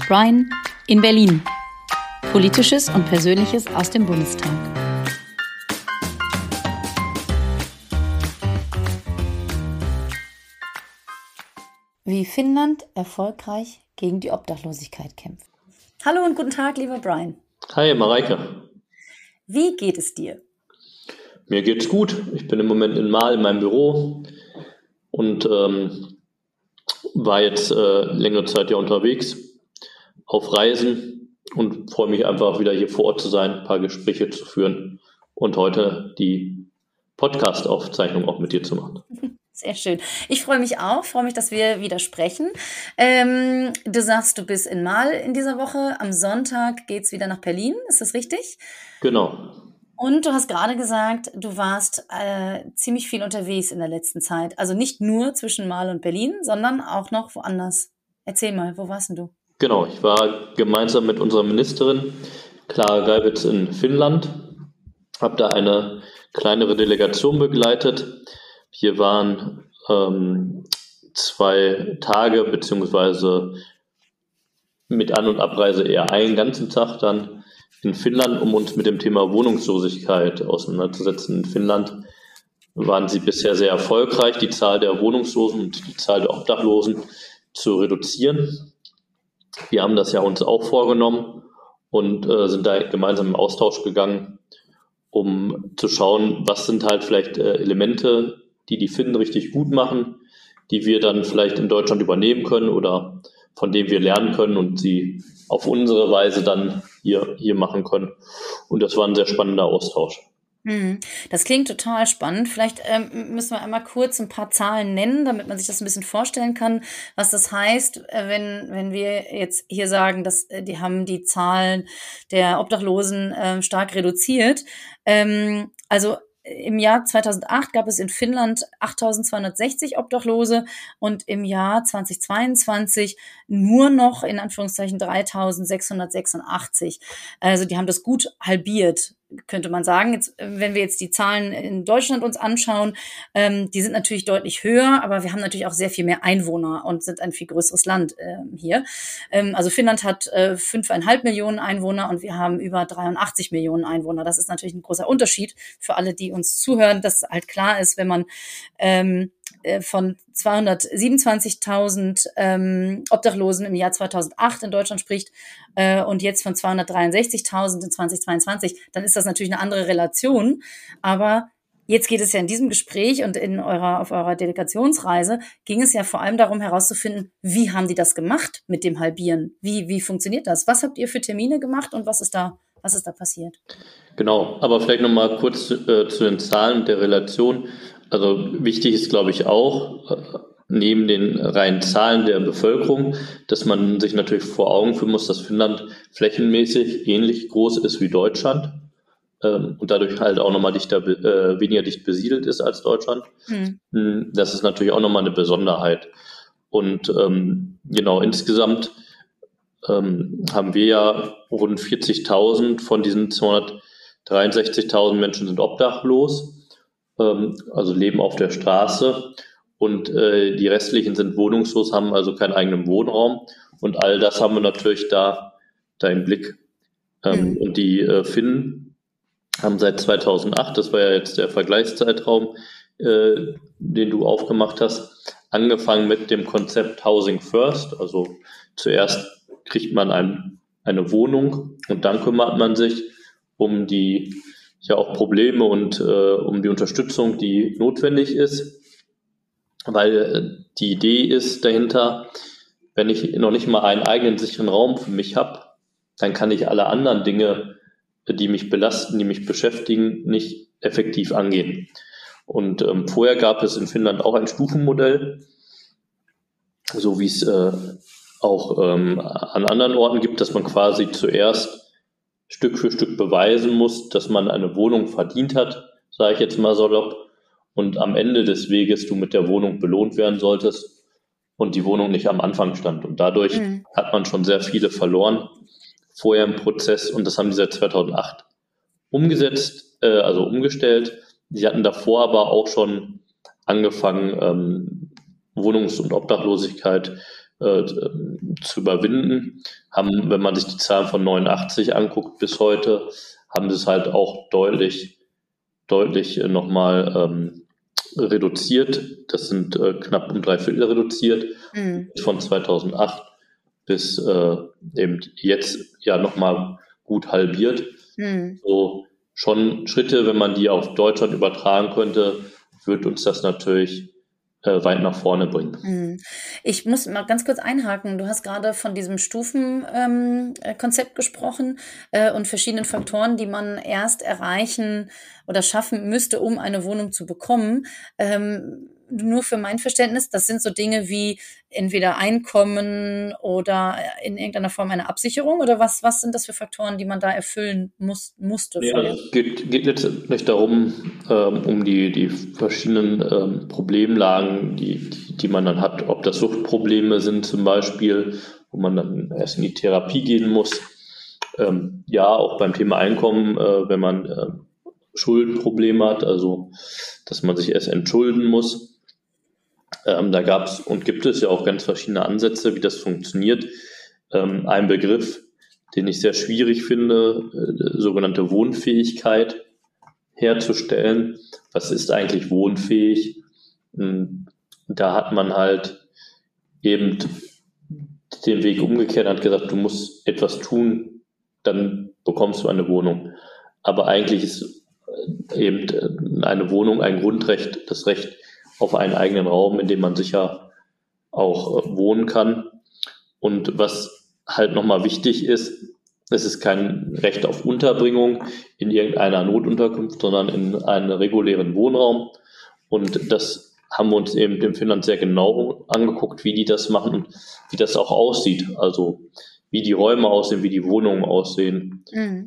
Brian in Berlin. Politisches und Persönliches aus dem Bundestag. Wie Finnland erfolgreich gegen die Obdachlosigkeit kämpft. Hallo und guten Tag, lieber Brian. Hi, Mareike. Wie geht es dir? Mir geht's gut. Ich bin im Moment in meinem Büro und war jetzt längere Zeit ja unterwegs auf Reisen und freue mich einfach wieder hier vor Ort zu sein, ein paar Gespräche zu führen und heute die Podcast-Aufzeichnung auch mit dir zu machen. Sehr schön. Ich freue mich, dass wir wieder sprechen. Du sagst, du bist in Marl in dieser Woche. Am Sonntag geht's wieder nach Berlin. Ist das richtig? Genau. Und du hast gerade gesagt, du warst ziemlich viel unterwegs in der letzten Zeit. Also nicht nur zwischen Marl und Berlin, sondern auch noch woanders. Erzähl mal, wo warst denn du? Genau, ich war gemeinsam mit unserer Ministerin Clara Geiwitz in Finnland, habe da eine kleinere Delegation begleitet. Hier waren 2 Tage, beziehungsweise mit An- und Abreise eher einen ganzen Tag dann in Finnland, um uns mit dem Thema Wohnungslosigkeit auseinanderzusetzen. In Finnland waren sie bisher sehr erfolgreich, die Zahl der Wohnungslosen und die Zahl der Obdachlosen zu reduzieren. Wir haben das ja uns auch vorgenommen und sind da gemeinsam im Austausch gegangen, um zu schauen, was sind halt vielleicht Elemente, die Finnen richtig gut machen, die wir dann vielleicht in Deutschland übernehmen können oder von denen wir lernen können und sie auf unsere Weise dann hier machen können. Und das war ein sehr spannender Austausch. Das klingt total spannend. Vielleicht müssen wir einmal kurz ein paar Zahlen nennen, damit man sich das ein bisschen vorstellen kann, was das heißt, wenn wir jetzt hier sagen, dass die haben die Zahlen der Obdachlosen stark reduziert. Also im Jahr 2008 gab es in Finnland 8.260 Obdachlose und im Jahr 2022 nur noch in Anführungszeichen 3.686. Also die haben das gut halbiert, könnte man sagen. Jetzt, wenn wir jetzt die Zahlen in Deutschland uns anschauen, die sind natürlich deutlich höher, aber wir haben natürlich auch sehr viel mehr Einwohner und sind ein viel größeres Land hier. Also Finnland hat 5,5 Millionen Einwohner und wir haben über 83 Millionen Einwohner. Das ist natürlich ein großer Unterschied für alle, die uns zuhören, dass halt klar ist, wenn man von 227.000 Obdachlosen im Jahr 2008 in Deutschland spricht und jetzt von 263.000 in 2022, dann ist das natürlich eine andere Relation. Aber jetzt geht es ja in diesem Gespräch und auf eurer Delegationsreise ging es ja vor allem darum herauszufinden, wie haben die das gemacht mit dem Halbieren? Wie funktioniert das? Was habt ihr für Termine gemacht und was ist da passiert? Genau, aber vielleicht nochmal kurz zu den Zahlen der Relation. Also wichtig ist, glaube ich, auch, neben den reinen Zahlen der Bevölkerung, dass man sich natürlich vor Augen führen muss, dass Finnland flächenmäßig ähnlich groß ist wie Deutschland und dadurch halt auch nochmal weniger dicht besiedelt ist als Deutschland. Das ist natürlich auch nochmal eine Besonderheit. Und genau, insgesamt haben wir ja rund 40.000 von diesen 263.000 Menschen sind obdachlos, also leben auf der Straße und die restlichen sind wohnungslos, haben also keinen eigenen Wohnraum und all das haben wir natürlich da im Blick. Und die Finnen haben seit 2008, das war ja jetzt der Vergleichszeitraum, den du aufgemacht hast, angefangen mit dem Konzept Housing First, also zuerst kriegt man eine Wohnung und dann kümmert man sich um die auch Probleme und um die Unterstützung, die notwendig ist, weil die Idee ist dahinter, wenn ich noch nicht mal einen eigenen sicheren Raum für mich habe, dann kann ich alle anderen Dinge, die mich belasten, die mich beschäftigen, nicht effektiv angehen. Und vorher gab es in Finnland auch ein Stufenmodell, so wie es auch an anderen Orten gibt, dass man quasi zuerst Stück für Stück beweisen muss, dass man eine Wohnung verdient hat, sage ich jetzt mal salopp, und am Ende des Weges du mit der Wohnung belohnt werden solltest und die Wohnung nicht am Anfang stand. Und dadurch hat man schon sehr viele verloren vorher im Prozess und das haben die seit 2008 umgestellt. Sie hatten davor aber auch schon angefangen, Wohnungs- und Obdachlosigkeit zu überwinden. Haben, wenn man sich die Zahlen von 89 anguckt bis heute, haben sie es halt auch deutlich nochmal reduziert. Das sind knapp um 3/4 reduziert. Von 2008 bis eben jetzt ja nochmal gut halbiert. So schon Schritte, wenn man die auf Deutschland übertragen könnte, wird uns das natürlich weit nach vorne bringen. Ich muss mal ganz kurz einhaken. Du hast gerade von diesem Stufenkonzept gesprochen und verschiedenen Faktoren, die man erst erreichen oder schaffen müsste, um eine Wohnung zu bekommen. Nur für mein Verständnis, das sind so Dinge wie entweder Einkommen oder in irgendeiner Form eine Absicherung, oder was sind das für Faktoren, die man da erfüllen musste? Ja, es geht letztendlich darum, um die verschiedenen Problemlagen, die man dann hat, ob das Suchtprobleme sind zum Beispiel, wo man dann erst in die Therapie gehen muss. Ja, auch beim Thema Einkommen, wenn man Schuldenprobleme hat, also dass man sich erst entschulden muss. Da gab es und gibt es ja auch ganz verschiedene Ansätze, wie das funktioniert. Ein Begriff, den ich sehr schwierig finde, sogenannte Wohnfähigkeit herzustellen. Was ist eigentlich wohnfähig? Da hat man halt eben den Weg umgekehrt und hat gesagt, du musst etwas tun, dann bekommst du eine Wohnung. Aber eigentlich ist eben eine Wohnung ein Grundrecht, das Recht auf einen eigenen Raum, in dem man sicher auch wohnen kann. Und was halt nochmal wichtig ist, es ist kein Recht auf Unterbringung in irgendeiner Notunterkunft, sondern in einem regulären Wohnraum. Und das haben wir uns eben im Finnland sehr genau angeguckt, wie die das machen und wie das auch aussieht. Also wie die Räume aussehen, wie die Wohnungen aussehen.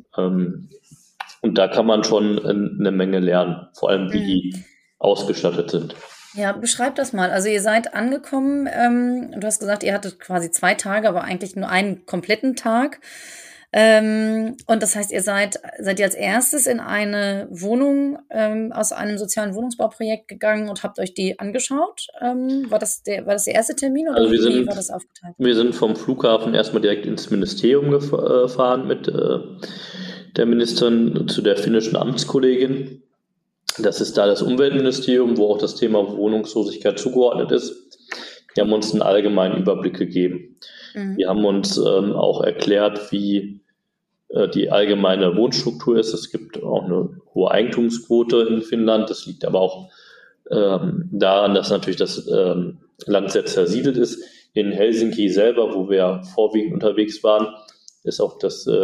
Und da kann man schon eine Menge lernen, vor allem wie die ausgestattet sind. Ja, beschreib das mal. Also ihr seid angekommen, du hast gesagt, ihr hattet quasi 2 Tage, aber eigentlich nur einen kompletten Tag. Und das heißt, ihr seid ihr als erstes in eine Wohnung aus einem sozialen Wohnungsbauprojekt gegangen und habt euch die angeschaut? War das der erste Termin oder Also wie war das aufgeteilt? Wir sind vom Flughafen erstmal direkt ins Ministerium gefahren mit der Ministerin zu der finnischen Amtskollegin. Das ist da das Umweltministerium, wo auch das Thema Wohnungslosigkeit zugeordnet ist. Die haben uns einen allgemeinen Überblick gegeben. Die haben uns auch erklärt, wie die allgemeine Wohnstruktur ist. Es gibt auch eine hohe Eigentumsquote in Finnland. Das liegt aber auch daran, dass natürlich das Land sehr zersiedelt ist. In Helsinki selber, wo wir vorwiegend unterwegs waren, ist auch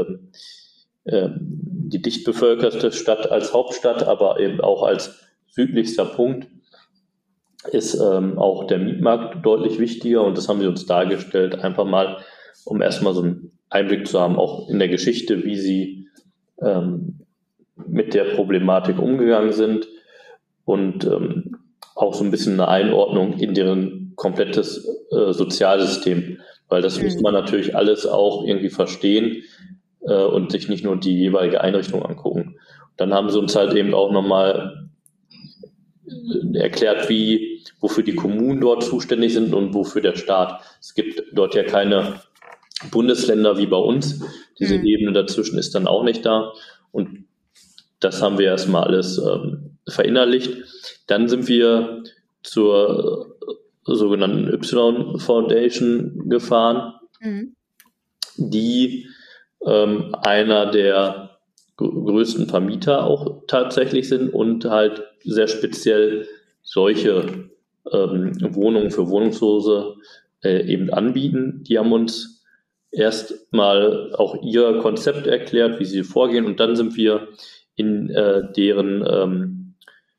die dicht bevölkerte Stadt als Hauptstadt, aber eben auch als südlichster Punkt ist auch der Mietmarkt deutlich wichtiger, und das haben sie uns dargestellt, einfach mal, um erstmal so einen Einblick zu haben, auch in der Geschichte, wie sie mit der Problematik umgegangen sind und auch so ein bisschen eine Einordnung in deren komplettes Sozialsystem, weil das muss man natürlich alles auch irgendwie verstehen und sich nicht nur die jeweilige Einrichtung angucken. Dann haben sie uns halt eben auch nochmal erklärt, wofür die Kommunen dort zuständig sind und wofür der Staat. Es gibt dort ja keine Bundesländer wie bei uns. Diese Ebene dazwischen ist dann auch nicht da. Und das haben wir erstmal alles verinnerlicht. Dann sind wir zur sogenannten Y-Foundation gefahren, die einer der größten Vermieter auch tatsächlich sind und halt sehr speziell solche Wohnungen für Wohnungslose eben anbieten. Die haben uns erst mal auch ihr Konzept erklärt, wie sie vorgehen, und dann sind wir in ihrem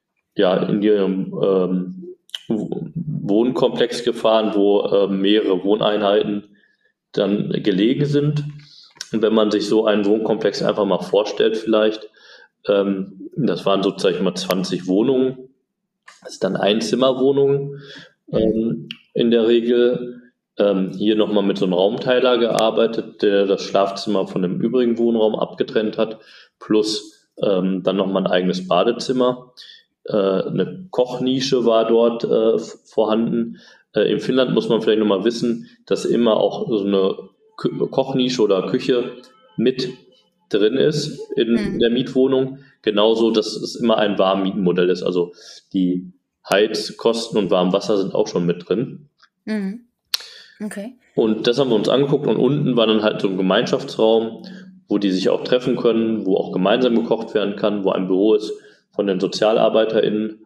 Wohnkomplex gefahren, wo mehrere Wohneinheiten dann gelegen sind. Und wenn man sich so einen Wohnkomplex einfach mal vorstellt vielleicht, das waren sozusagen mal 20 Wohnungen, das ist dann Einzimmerwohnungen in der Regel. Hier nochmal mit so einem Raumteiler gearbeitet, der das Schlafzimmer von dem übrigen Wohnraum abgetrennt hat, plus dann nochmal ein eigenes Badezimmer. Eine Kochnische war dort vorhanden, In Finnland muss man vielleicht nochmal wissen, dass immer auch so eine Kochnische oder Küche mit drin ist in der Mietwohnung. Genauso, dass es immer ein Warmmietenmodell ist. Also die Heizkosten und Warmwasser sind auch schon mit drin. Okay. Und das haben wir uns angeguckt und unten war dann halt so ein Gemeinschaftsraum, wo die sich auch treffen können, wo auch gemeinsam gekocht werden kann, wo ein Büro ist von den SozialarbeiterInnen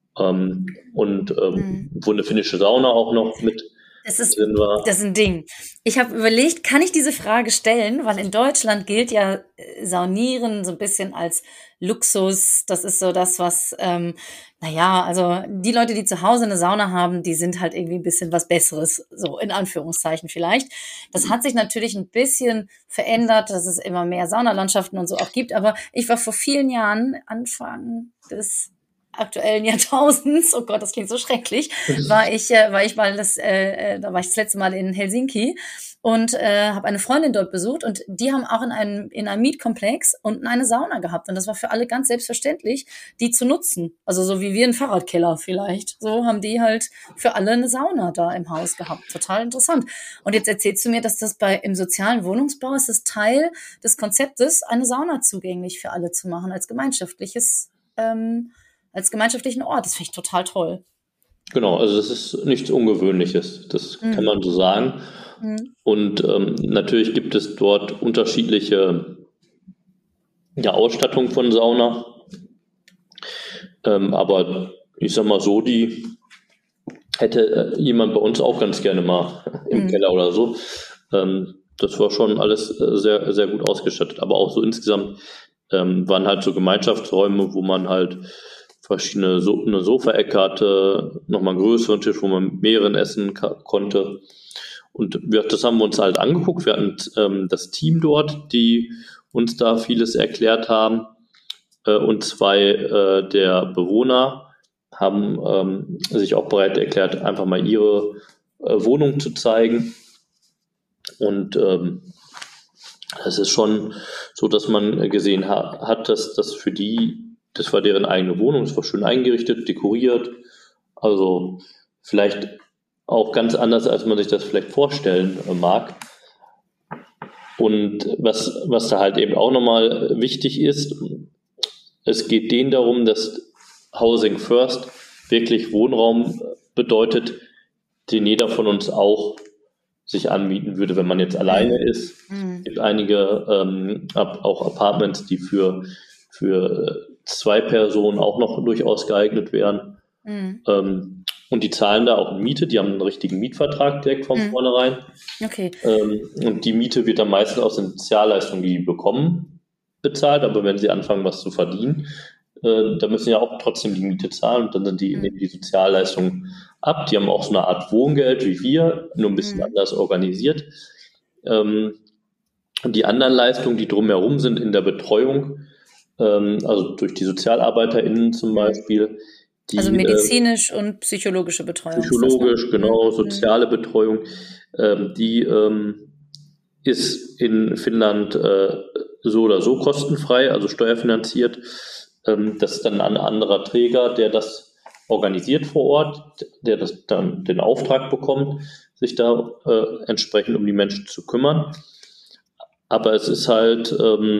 wo eine finnische Sauna auch noch mit drin war. Das ist ein Ding. Ich habe überlegt, kann ich diese Frage stellen, weil in Deutschland gilt ja Saunieren so ein bisschen als Luxus. Das ist so das, was, also die Leute, die zu Hause eine Sauna haben, die sind halt irgendwie ein bisschen was Besseres, so in Anführungszeichen vielleicht. Das hat sich natürlich ein bisschen verändert, dass es immer mehr Saunalandschaften und so auch gibt. Aber ich war vor vielen Jahren, Anfang des aktuellen Jahrtausends, oh Gott, das klingt so schrecklich, da war ich das letzte Mal in Helsinki und habe eine Freundin dort besucht und die haben auch in einem Mietkomplex unten eine Sauna gehabt und das war für alle ganz selbstverständlich, die zu nutzen. Also so wie wir einen Fahrradkeller vielleicht. So haben die halt für alle eine Sauna da im Haus gehabt. Total interessant. Und jetzt erzählst du mir, dass das im sozialen Wohnungsbau ist das Teil des Konzeptes, eine Sauna zugänglich für alle zu machen, als gemeinschaftlichen Ort. Das finde ich total toll. Genau, also das ist nichts Ungewöhnliches, das kann man so sagen. Und natürlich gibt es dort unterschiedliche Ausstattung von Sauna. Aber ich sag mal so, die hätte jemand bei uns auch ganz gerne mal im Keller oder so. Das war schon alles sehr, sehr gut ausgestattet. Aber auch so insgesamt waren halt so Gemeinschaftsräume, wo man halt eine Sofaecke hatte, nochmal einen größeren Tisch, wo man mit mehreren essen konnte. Und das haben wir uns halt angeguckt. Wir hatten das Team dort, die uns da vieles erklärt haben. Und zwei der Bewohner haben sich auch bereit erklärt, einfach mal ihre Wohnung zu zeigen. Und es ist schon so, dass man gesehen hat, dass das für die, das war deren eigene Wohnung, es war schön eingerichtet, dekoriert, also vielleicht auch ganz anders, als man sich das vielleicht vorstellen mag. Und was da halt eben auch nochmal wichtig ist, es geht denen darum, dass Housing First wirklich Wohnraum bedeutet, den jeder von uns auch sich anmieten würde, wenn man jetzt alleine ist. Es gibt einige auch Apartments, die für 2 Personen auch noch durchaus geeignet wären. Und die zahlen da auch Miete, die haben einen richtigen Mietvertrag direkt von vornherein. Okay. Und die Miete wird dann meistens aus den Sozialleistungen, die bekommen, bezahlt, aber wenn sie anfangen, was zu verdienen, da müssen ja auch trotzdem die Miete zahlen und dann sind nehmen die Sozialleistungen ab. Die haben auch so eine Art Wohngeld wie wir, nur ein bisschen anders organisiert. Und die anderen Leistungen, die drumherum sind in der Betreuung, also durch die SozialarbeiterInnen zum Beispiel. Also medizinisch und psychologische Betreuung. Psychologisch, genau, soziale Betreuung. Die ist in Finnland so oder so kostenfrei, also steuerfinanziert. Das ist dann ein anderer Träger, der das organisiert vor Ort, der das dann den Auftrag bekommt, sich da entsprechend um die Menschen zu kümmern. Aber es ist halt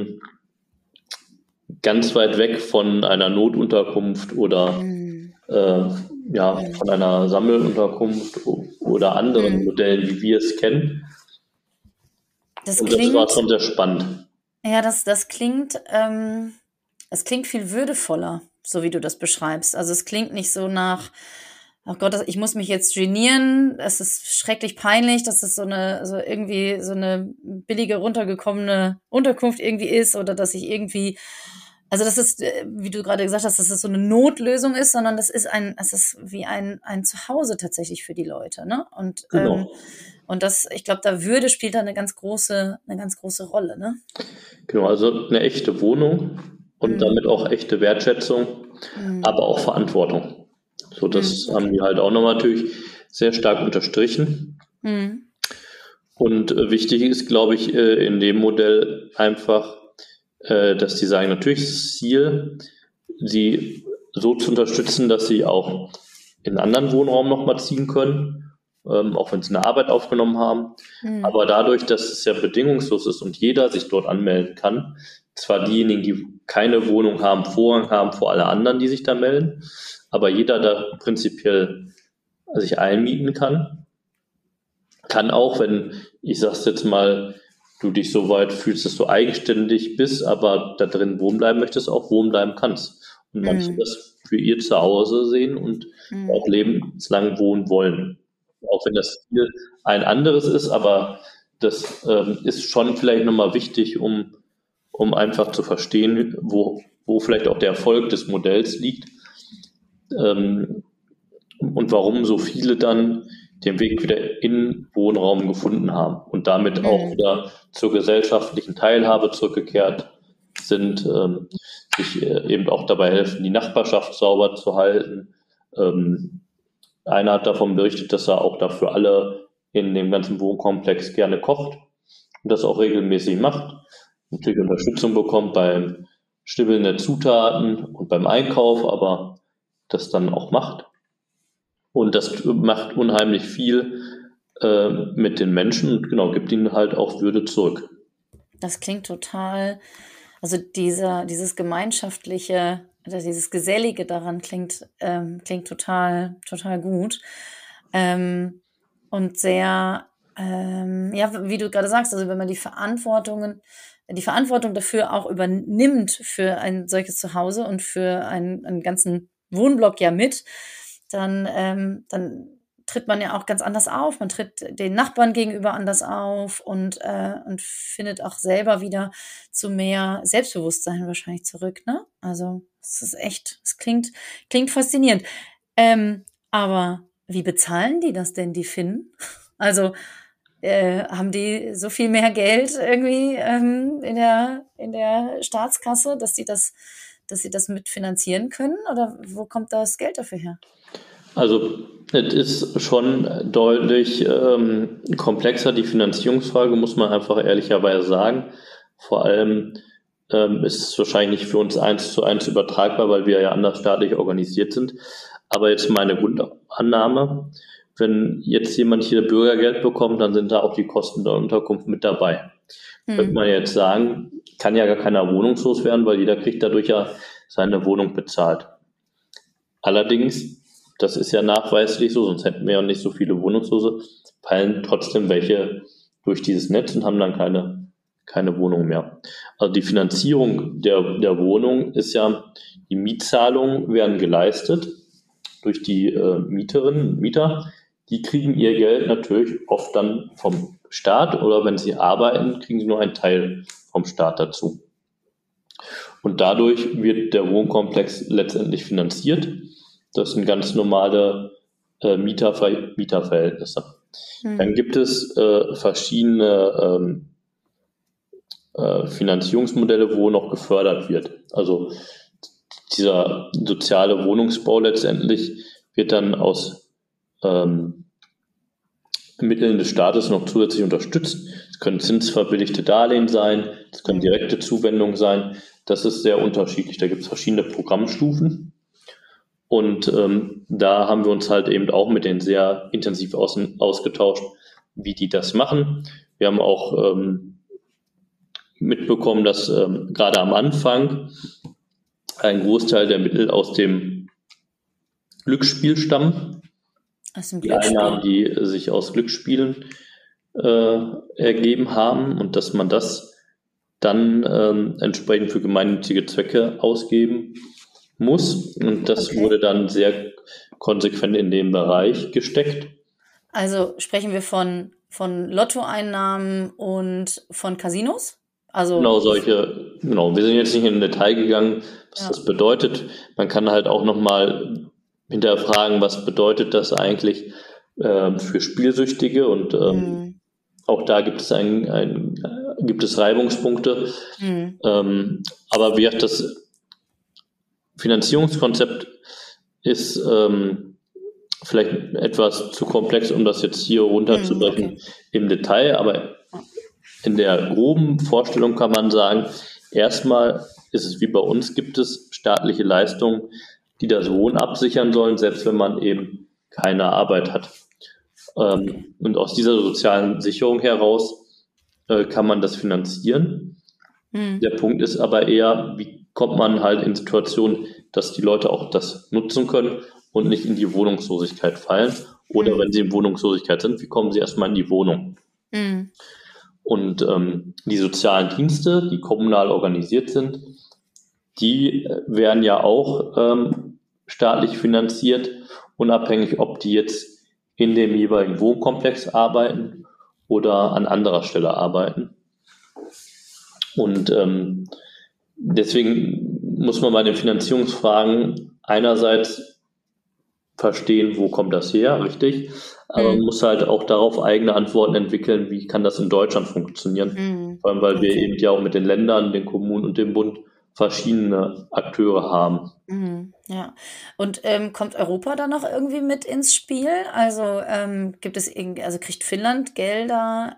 ganz weit weg von einer Notunterkunft oder von einer Sammelunterkunft oder anderen Modellen, wie wir es kennen. Das war schon sehr spannend. Ja, das klingt viel würdevoller, so wie du das beschreibst. Also es klingt nicht so nach, oh Gott, ich muss mich jetzt genieren, es ist schrecklich peinlich, dass es so eine billige, runtergekommene Unterkunft irgendwie ist oder dass ich irgendwie, also das ist, wie du gerade gesagt hast, dass es so eine Notlösung ist, sondern es ist wie ein Zuhause tatsächlich für die Leute, ne? Und genau. Und ich glaube, da Würde spielt da eine ganz große Rolle, ne? Genau, also eine echte Wohnung und damit auch echte Wertschätzung, aber auch Verantwortung. So, das haben die halt auch noch natürlich sehr stark unterstrichen. Und wichtig ist, glaube ich, in dem Modell einfach, dass die sagen, natürlich ist das Ziel, sie so zu unterstützen, dass sie auch in einen anderen Wohnraum nochmal ziehen können auch wenn sie eine Arbeit aufgenommen haben. Aber dadurch, dass es ja bedingungslos ist und jeder sich dort anmelden kann, zwar diejenigen, die keine Wohnung haben, Vorrang haben vor alle anderen, die sich da melden, aber jeder da prinzipiell sich einmieten kann auch, wenn, ich sag's jetzt mal, du dich so weit fühlst, dass du eigenständig bist, aber da drin wohnen bleiben möchtest, auch wohnen bleiben kannst. Und manche das für ihr Zuhause sehen und auch lebenslang wohnen wollen. Auch wenn das Ziel ein anderes ist, aber das ist schon vielleicht nochmal wichtig, um einfach zu verstehen, wo vielleicht auch der Erfolg des Modells liegt, und warum so viele dann den Weg wieder in Wohnraum gefunden haben und damit auch wieder zur gesellschaftlichen Teilhabe zurückgekehrt sind, sich eben auch dabei helfen, die Nachbarschaft sauber zu halten. Einer hat davon berichtet, dass er auch dafür alle in dem ganzen Wohnkomplex gerne kocht und das auch regelmäßig macht. Natürlich Unterstützung bekommt beim Schnibbeln der Zutaten und beim Einkauf, aber das dann auch macht. Und das macht unheimlich viel mit den Menschen und genau, gibt ihnen halt auch Würde zurück. Das klingt total, also dieses gemeinschaftliche, oder dieses Gesellige daran klingt total, total gut. Und sehr, ja, wie du gerade sagst, also wenn man die Verantwortung dafür auch übernimmt für ein solches Zuhause und für einen ganzen Wohnblock ja mit, dann tritt man ja auch ganz anders auf. Man tritt den Nachbarn gegenüber anders auf und findet auch selber wieder zu mehr Selbstbewusstsein wahrscheinlich zurück, ne? Also es ist echt, es klingt faszinierend. Aber wie bezahlen die das denn, die Finnen? Also haben die so viel mehr Geld irgendwie in der Staatskasse, dass sie das mitfinanzieren können? Oder wo kommt das Geld dafür her? Also es ist schon deutlich komplexer, die Finanzierungsfrage, muss man einfach ehrlicherweise sagen. Vor allem ist es wahrscheinlich nicht für uns 1:1 übertragbar, weil wir ja anders staatlich organisiert sind. Aber jetzt meine Grundannahme, wenn jetzt jemand hier Bürgergeld bekommt, dann sind da auch die Kosten der Unterkunft mit dabei. Könnte man jetzt sagen, kann ja gar keiner wohnungslos werden, weil jeder kriegt dadurch ja seine Wohnung bezahlt. Allerdings, das ist ja nachweislich so, sonst hätten wir ja nicht so viele Wohnungslose, fallen trotzdem welche durch dieses Netz und haben dann keine Wohnung mehr. Also die Finanzierung der Wohnung ist ja, die Mietzahlungen werden geleistet durch die Mieterinnen und Mieter. Die kriegen ihr Geld natürlich oft dann vom Staat oder wenn sie arbeiten, kriegen sie nur einen Teil vom Staat dazu. Und dadurch wird der Wohnkomplex letztendlich finanziert. Das sind ganz normale Mieterverhältnisse. Dann gibt es verschiedene Finanzierungsmodelle, wo noch gefördert wird. Also dieser soziale Wohnungsbau letztendlich wird dann aus Mitteln des Staates noch zusätzlich unterstützt. Es können zinsverbilligte Darlehen sein, es können direkte Zuwendungen sein. Das ist sehr unterschiedlich. Da gibt es verschiedene Programmstufen. Und da haben wir uns halt eben auch mit denen sehr intensiv ausgetauscht, wie die das machen. Wir haben auch mitbekommen, dass gerade am Anfang ein Großteil der Mittel aus dem Glücksspiel stammen. Die Einnahmen, die sich aus Glücksspielen ergeben haben und dass man das dann entsprechend für gemeinnützige Zwecke ausgeben muss. Und das wurde dann sehr konsequent in den Bereich gesteckt. Also sprechen wir von Lottoeinnahmen und von Casinos? Also genau, wir sind jetzt nicht in Detail gegangen, was das bedeutet. Man kann halt auch nochmal hinterfragen, was bedeutet das eigentlich für Spielsüchtige und auch da gibt es gibt es Reibungspunkte. Aber wie gesagt, das Finanzierungskonzept ist vielleicht etwas zu komplex, um das jetzt hier runterzubrechen im Detail, aber in der groben Vorstellung kann man sagen, erstmal ist es wie bei uns, gibt es staatliche Leistungen, die das Wohnen absichern sollen, selbst wenn man eben keine Arbeit hat. Und aus dieser sozialen Sicherung heraus kann man das finanzieren. Der Punkt ist aber eher, wie kommt man halt in Situationen, dass die Leute auch das nutzen können und nicht in die Wohnungslosigkeit fallen. Oder wenn sie in Wohnungslosigkeit sind, wie kommen sie erstmal in die Wohnung? Und die sozialen Dienste, die kommunal organisiert sind, die werden ja auch staatlich finanziert, unabhängig, ob die jetzt in dem jeweiligen Wohnkomplex arbeiten oder an anderer Stelle arbeiten. Und deswegen muss man bei den Finanzierungsfragen einerseits verstehen, wo kommt das her, richtig, aber man muss halt auch darauf eigene Antworten entwickeln, wie kann das in Deutschland funktionieren, vor allem weil wir eben ja auch mit den Ländern, den Kommunen und dem Bund verschiedene Akteure haben. Ja, und kommt Europa da noch irgendwie mit ins Spiel? Also gibt es also kriegt Finnland Gelder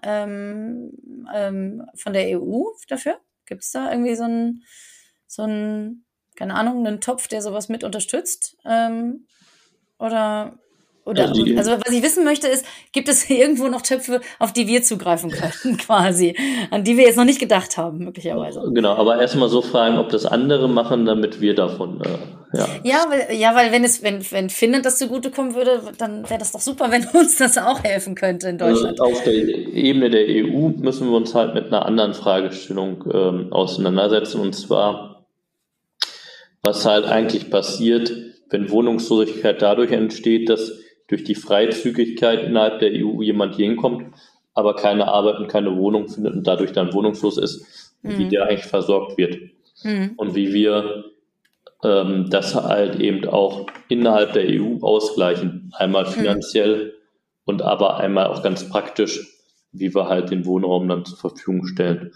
von der EU dafür? Gibt es da irgendwie so ein, keine Ahnung, einen Topf, der sowas mit unterstützt? Oder also was ich wissen möchte ist, gibt es irgendwo noch Töpfe, auf die wir zugreifen können, quasi, an die wir jetzt noch nicht gedacht haben, möglicherweise. Genau, aber erstmal so fragen, ob das andere machen, damit wir davon, ja. Ja, weil wenn Finnland das zugutekommen würde, dann wäre das doch super, wenn uns das auch helfen könnte in Deutschland. Also auf der Ebene der EU müssen wir uns halt mit einer anderen Fragestellung auseinandersetzen, und zwar, was halt eigentlich passiert, wenn Wohnungslosigkeit dadurch entsteht, dass durch die Freizügigkeit innerhalb der EU jemand hier hinkommt, aber keine Arbeit und keine Wohnung findet und dadurch dann wohnungslos ist, wie der eigentlich versorgt wird. Und wie wir das halt eben auch innerhalb der EU ausgleichen. Einmal finanziell und aber einmal auch ganz praktisch, wie wir halt den Wohnraum dann zur Verfügung stellen.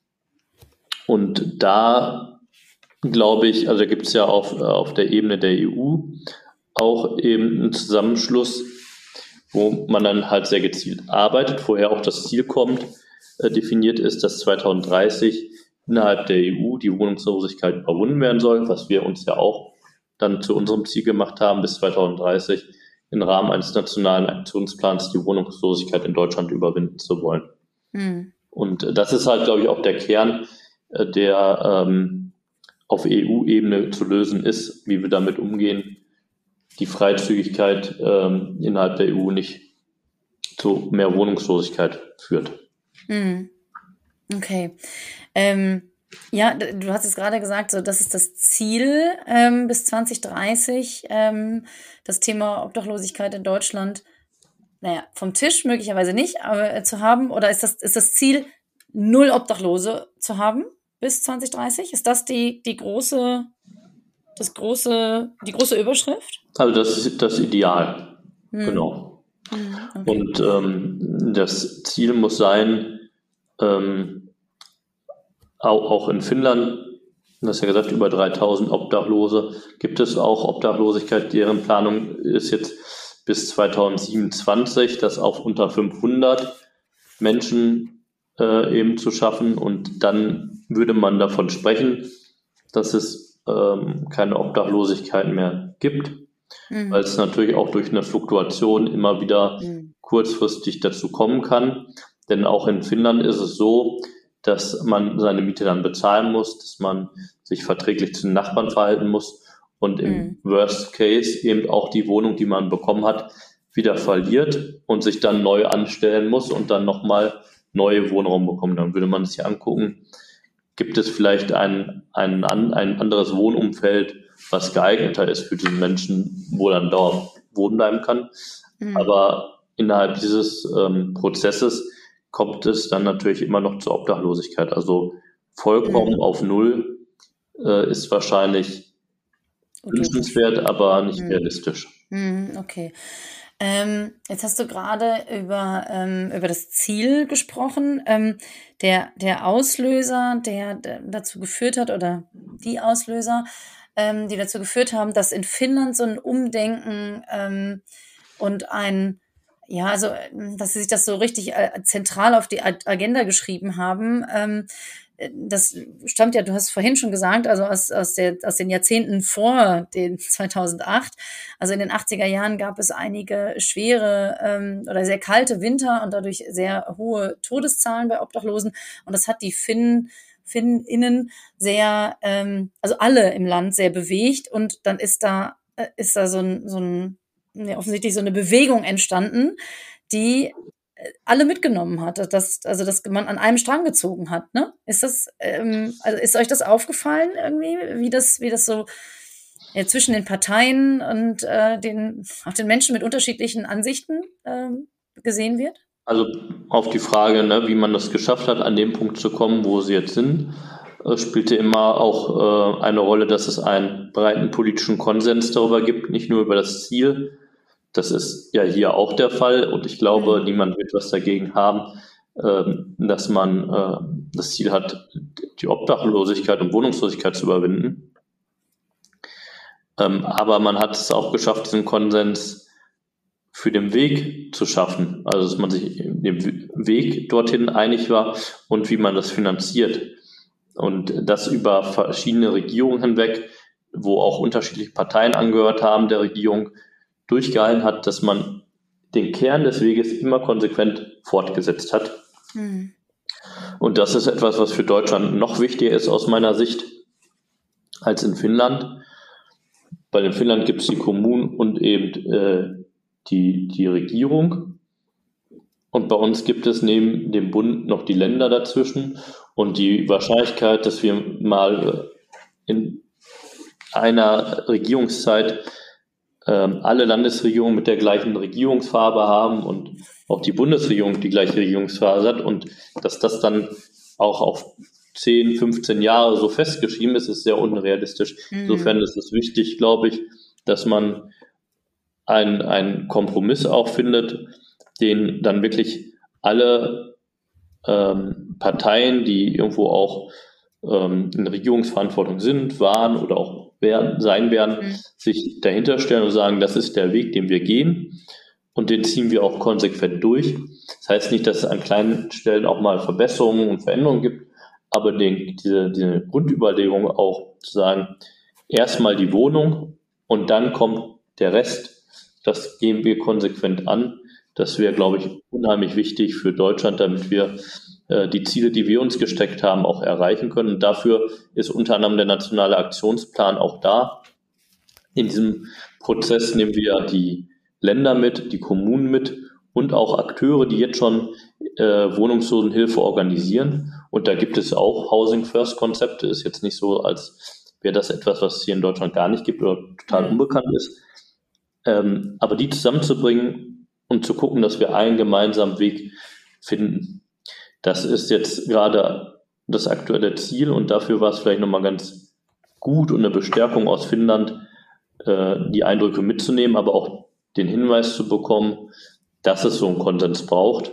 Und da glaube ich, also gibt es ja auf der Ebene der EU auch eben einen Zusammenschluss, wo man dann halt sehr gezielt arbeitet, vorher auch das Ziel kommt, definiert ist, dass 2030 innerhalb der EU die Wohnungslosigkeit überwunden werden soll, was wir uns ja auch dann zu unserem Ziel gemacht haben, bis 2030 im Rahmen eines nationalen Aktionsplans die Wohnungslosigkeit in Deutschland überwinden zu wollen. Und das ist halt, glaube ich, auch der Kern, der auf EU-Ebene zu lösen ist, wie wir damit umgehen, die Freizügigkeit innerhalb der EU nicht zu mehr Wohnungslosigkeit führt. Okay. Ja, du hast es gerade gesagt, so das ist das Ziel bis 2030, das Thema Obdachlosigkeit in Deutschland, naja, vom Tisch möglicherweise nicht, aber zu haben, oder ist das Ziel, 0 Obdachlose zu haben bis 2030? Ist das die große Überschrift? Also das ist das Ideal, genau. Okay. Und das Ziel muss sein, auch in Finnland, du hast ja gesagt, über 3000 Obdachlose, gibt es auch Obdachlosigkeit, deren Planung ist jetzt bis 2027, das auf unter 500 Menschen eben zu schaffen, und dann würde man davon sprechen, dass es keine Obdachlosigkeit mehr gibt, weil es natürlich auch durch eine Fluktuation immer wieder kurzfristig dazu kommen kann. Denn auch in Finnland ist es so, dass man seine Miete dann bezahlen muss, dass man sich verträglich zu den Nachbarn verhalten muss und im Worst Case eben auch die Wohnung, die man bekommen hat, wieder verliert und sich dann neu anstellen muss und dann nochmal neue Wohnraum bekommen. Dann würde man sich angucken, gibt es vielleicht ein anderes Wohnumfeld, was geeigneter ist für diesen Menschen, wo dann dauernd wohnen bleiben kann. Aber innerhalb dieses Prozesses kommt es dann natürlich immer noch zur Obdachlosigkeit. Also vollkommen auf Null ist wahrscheinlich wünschenswert, aber nicht realistisch. Okay. Jetzt hast du gerade über das Ziel gesprochen. Der Auslöser, der dazu geführt hat, oder die Auslöser, die dazu geführt haben, dass in Finnland so ein Umdenken und dass sie sich das so richtig zentral auf die Agenda geschrieben haben, das stammt ja, du hast vorhin schon gesagt, also aus den Jahrzehnten vor den 2008. Also in den 80er Jahren gab es einige schwere oder sehr kalte Winter und dadurch sehr hohe Todeszahlen bei Obdachlosen. Und das hat die FinnInnen sehr, also alle im Land sehr bewegt. Und dann ist da offensichtlich so eine Bewegung entstanden, die alle mitgenommen hat, dass man an einem Strang gezogen hat, ne? Ist das, also ist euch das aufgefallen irgendwie, wie das so zwischen den Parteien und auch den Menschen mit unterschiedlichen Ansichten gesehen wird? Also auf die Frage, ne, wie man das geschafft hat, an dem Punkt zu kommen, wo sie jetzt sind, spielte immer auch eine Rolle, dass es einen breiten politischen Konsens darüber gibt, nicht nur über das Ziel. Das ist ja hier auch der Fall und ich glaube, niemand wird was dagegen haben, dass man das Ziel hat, die Obdachlosigkeit und Wohnungslosigkeit zu überwinden. Aber man hat es auch geschafft, diesen Konsens für den Weg zu schaffen. Also dass man sich in dem Weg dorthin einig war und wie man das finanziert. Und das über verschiedene Regierungen hinweg, wo auch unterschiedliche Parteien angehört haben der Regierung, durchgehalten hat, dass man den Kern des Weges immer konsequent fortgesetzt hat. Und das ist etwas, was für Deutschland noch wichtiger ist aus meiner Sicht als in Finnland. Weil in Finnland gibt es die Kommunen und eben die Regierung. Und bei uns gibt es neben dem Bund noch die Länder dazwischen. Und die Wahrscheinlichkeit, dass wir mal in einer Regierungszeit alle Landesregierungen mit der gleichen Regierungsfarbe haben und auch die Bundesregierung die gleiche Regierungsfarbe hat und dass das dann auch auf 10, 15 Jahre so festgeschrieben ist, ist sehr unrealistisch. Insofern ist es wichtig, glaube ich, dass man einen Kompromiss auch findet, den dann wirklich alle Parteien, die irgendwo auch in Regierungsverantwortung sind, waren oder auch sein werden, sich dahinter stellen und sagen, das ist der Weg, den wir gehen und den ziehen wir auch konsequent durch. Das heißt nicht, dass es an kleinen Stellen auch mal Verbesserungen und Veränderungen gibt, aber diese Grundüberlegung auch zu sagen, erstmal die Wohnung und dann kommt der Rest, das gehen wir konsequent an. Das wäre, glaube ich, unheimlich wichtig für Deutschland, damit wir die Ziele, die wir uns gesteckt haben, auch erreichen können. Und dafür ist unter anderem der nationale Aktionsplan auch da. In diesem Prozess nehmen wir die Länder mit, die Kommunen mit und auch Akteure, die jetzt schon Wohnungslosenhilfe organisieren. Und da gibt es auch Housing First Konzepte. Ist jetzt nicht so, als wäre das etwas, was es hier in Deutschland gar nicht gibt oder total unbekannt ist. Aber die zusammenzubringen und zu gucken, dass wir einen gemeinsamen Weg finden. Das ist jetzt gerade das aktuelle Ziel und dafür war es vielleicht nochmal ganz gut und eine Bestärkung aus Finnland, die Eindrücke mitzunehmen, aber auch den Hinweis zu bekommen, dass es so einen Konsens braucht.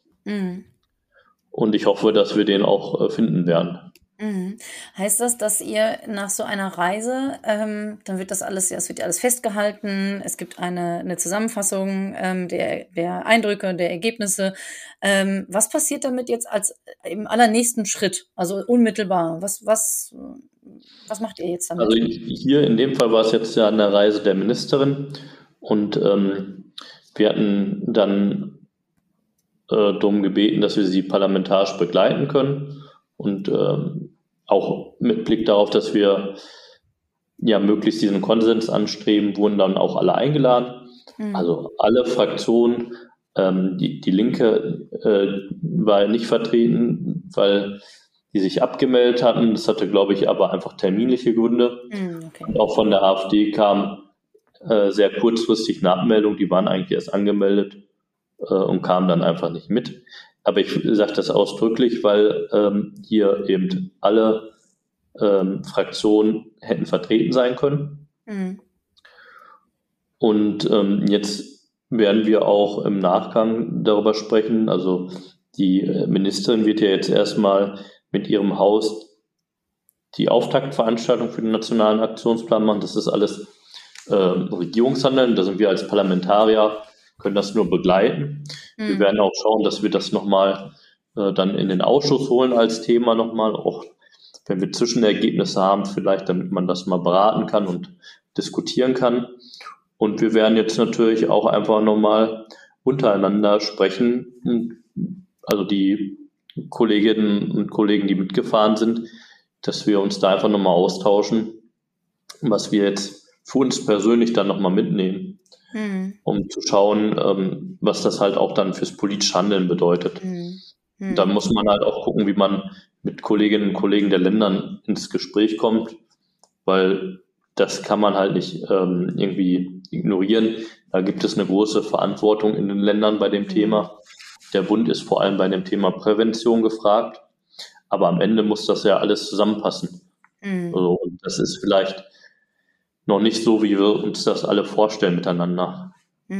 Und ich hoffe, dass wir den auch finden werden. Heißt das, dass ihr nach so einer Reise, dann wird es wird ja alles festgehalten, es gibt eine Zusammenfassung der Eindrücke, der Ergebnisse. Was passiert damit jetzt als im allernächsten Schritt, also unmittelbar? Was macht ihr jetzt damit? Also hier in dem Fall war es jetzt ja eine Reise der Ministerin und wir hatten dann darum gebeten, dass wir sie parlamentarisch begleiten können. Und auch mit Blick darauf, dass wir ja möglichst diesen Konsens anstreben, wurden dann auch alle eingeladen. Also alle Fraktionen. Die Linke war nicht vertreten, weil die sich abgemeldet hatten. Das hatte, glaube ich, aber einfach terminliche Gründe. Okay. Und auch von der AfD kam sehr kurzfristig eine Abmeldung. Die waren eigentlich erst angemeldet und kamen dann einfach nicht mit. Aber ich sage das ausdrücklich, weil hier eben alle Fraktionen hätten vertreten sein können. Und jetzt werden wir auch im Nachgang darüber sprechen. Also die Ministerin wird ja jetzt erstmal mit ihrem Haus die Auftaktveranstaltung für den Nationalen Aktionsplan machen. Das ist alles Regierungshandeln. Da sind wir als Parlamentarier, können das nur begleiten. Wir werden auch schauen, dass wir das nochmal dann in den Ausschuss holen als Thema nochmal, auch wenn wir Zwischenergebnisse haben, vielleicht, damit man das mal beraten kann und diskutieren kann. Und wir werden jetzt natürlich auch einfach nochmal untereinander sprechen, also die Kolleginnen und Kollegen, die mitgefahren sind, dass wir uns da einfach nochmal austauschen, was wir jetzt für uns persönlich dann nochmal mitnehmen, um zu schauen, was das halt auch dann fürs politische Handeln bedeutet. Und dann muss man halt auch gucken, wie man mit Kolleginnen und Kollegen der Ländern ins Gespräch kommt, weil das kann man halt nicht irgendwie ignorieren. Da gibt es eine große Verantwortung in den Ländern bei dem Thema. Der Bund ist vor allem bei dem Thema Prävention gefragt, aber am Ende muss das ja alles zusammenpassen. Also, und das ist vielleicht noch nicht so, wie wir uns das alle vorstellen miteinander.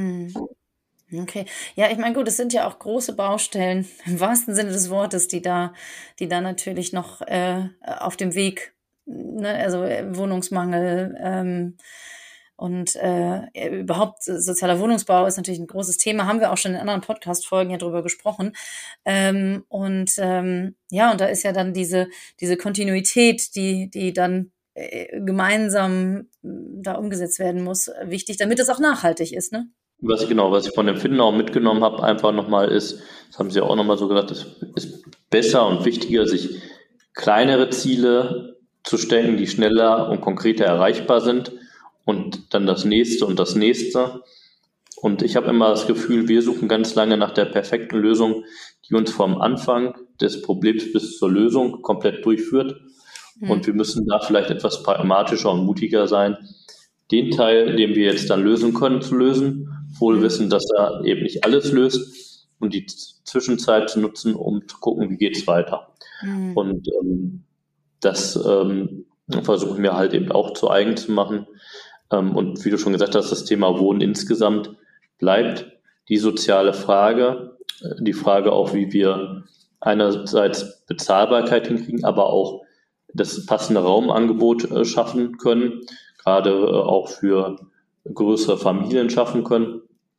Okay. Ja, ich meine, gut, es sind ja auch große Baustellen, im wahrsten Sinne des Wortes, die da natürlich noch auf dem Weg, ne, also Wohnungsmangel und überhaupt sozialer Wohnungsbau ist natürlich ein großes Thema, haben wir auch schon in anderen Podcast-Folgen ja drüber gesprochen. Ja, und da ist ja dann diese Kontinuität, die dann gemeinsam da umgesetzt werden muss, wichtig, damit es auch nachhaltig ist, ne? Was ich von dem Finden auch mitgenommen habe, einfach nochmal ist, das haben Sie auch nochmal so gesagt, es ist besser und wichtiger, sich kleinere Ziele zu stecken, die schneller und konkreter erreichbar sind und dann das nächste und das nächste. Und ich habe immer das Gefühl, wir suchen ganz lange nach der perfekten Lösung, die uns vom Anfang des Problems bis zur Lösung komplett durchführt. Und wir müssen da vielleicht etwas pragmatischer und mutiger sein, den Teil, den wir jetzt dann lösen können, zu lösen, wohl wissen, dass er eben nicht alles löst und die Zwischenzeit zu nutzen, um zu gucken, wie geht's weiter. Und das versuchen wir halt eben auch zu eigen zu machen. Und wie du schon gesagt hast, das Thema Wohnen insgesamt bleibt die soziale Frage, die Frage auch, wie wir einerseits Bezahlbarkeit hinkriegen, aber auch das passende Raumangebot schaffen können, gerade auch für größere Familien schaffen können,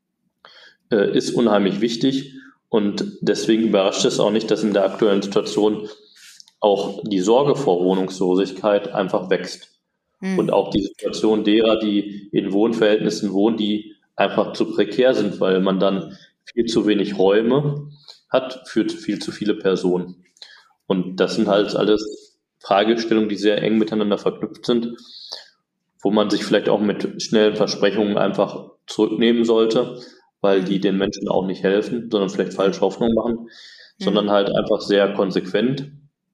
ist unheimlich wichtig. Und deswegen überrascht es auch nicht, dass in der aktuellen Situation auch die Sorge vor Wohnungslosigkeit einfach wächst. Und auch die Situation derer, die in Wohnverhältnissen wohnen, die einfach zu prekär sind, weil man dann viel zu wenig Räume hat für viel zu viele Personen. Und das sind halt alles Fragestellungen, die sehr eng miteinander verknüpft sind, wo man sich vielleicht auch mit schnellen Versprechungen einfach zurücknehmen sollte, weil die den Menschen auch nicht helfen, sondern vielleicht falsche Hoffnung machen, sondern halt einfach sehr konsequent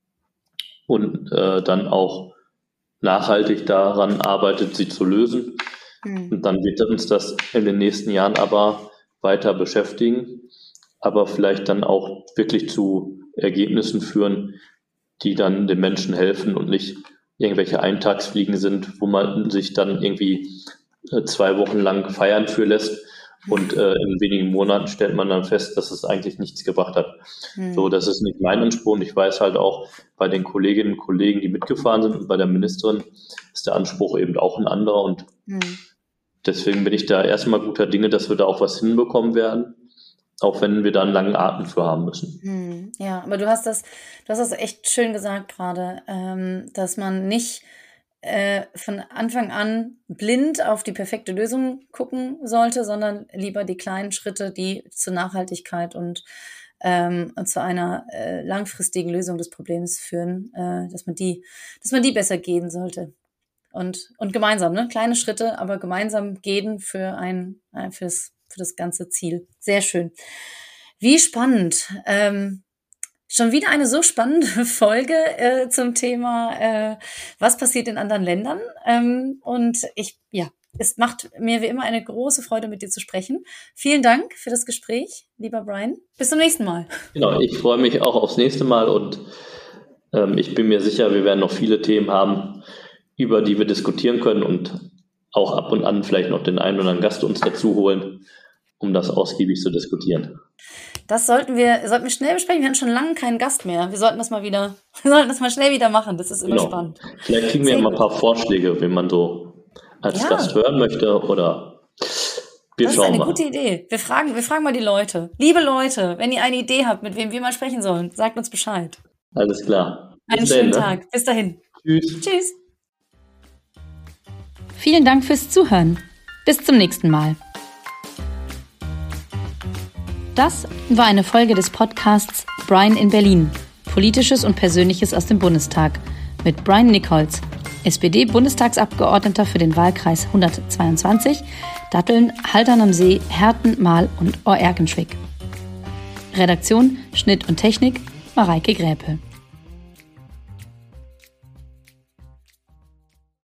und dann auch nachhaltig daran arbeitet, sie zu lösen. Und dann wird uns das in den nächsten Jahren aber weiter beschäftigen, aber vielleicht dann auch wirklich zu Ergebnissen führen, die dann den Menschen helfen und nicht irgendwelche Eintagsfliegen sind, wo man sich dann irgendwie 2 Wochen lang feiern für lässt und in wenigen Monaten stellt man dann fest, dass es eigentlich nichts gebracht hat. So, das ist nicht mein Anspruch und ich weiß halt auch, bei den Kolleginnen und Kollegen, die mitgefahren sind und bei der Ministerin ist der Anspruch eben auch ein anderer und deswegen bin ich da erstmal guter Dinge, dass wir da auch was hinbekommen werden, auch wenn wir da einen langen Atem für haben müssen. Ja, aber du hast das echt schön gesagt gerade, dass man nicht von Anfang an blind auf die perfekte Lösung gucken sollte, sondern lieber die kleinen Schritte, die zur Nachhaltigkeit und zu einer langfristigen Lösung des Problems führen, dass man die besser gehen sollte. Und gemeinsam, ne? Kleine Schritte, aber gemeinsam gehen für das ganze Ziel. Sehr schön. Wie spannend. Schon wieder eine so spannende Folge zum Thema, was passiert in anderen Ländern. Es macht mir wie immer eine große Freude, mit dir zu sprechen. Vielen Dank für das Gespräch, lieber Brian. Bis zum nächsten Mal. Genau, ich freue mich auch aufs nächste Mal und ich bin mir sicher, wir werden noch viele Themen haben, über die wir diskutieren können und auch ab und an vielleicht noch den einen oder anderen Gast uns dazu holen, um das ausgiebig zu diskutieren. Das sollten wir schnell besprechen. Wir hatten schon lange keinen Gast mehr. Wir sollten das mal schnell wieder machen. Das ist immer spannend. Vielleicht kriegen wir immer ein paar Vorschläge, wenn man so als Gast hören möchte oder Das ist eine gute Idee. Wir fragen mal die Leute. Liebe Leute, wenn ihr eine Idee habt, mit wem wir mal sprechen sollen, sagt uns Bescheid. Alles klar. Einen schönen Tag. Bis dahin. Tschüss. Tschüss. Vielen Dank fürs Zuhören. Bis zum nächsten Mal. Das war eine Folge des Podcasts Brian in Berlin. Politisches und Persönliches aus dem Bundestag mit Brian Nichols, SPD-Bundestagsabgeordneter für den Wahlkreis 122, Datteln, Haltern am See, Herten, Mahl und Ohr-Erkenschwick. Redaktion, Schnitt und Technik, Mareike Gräpel.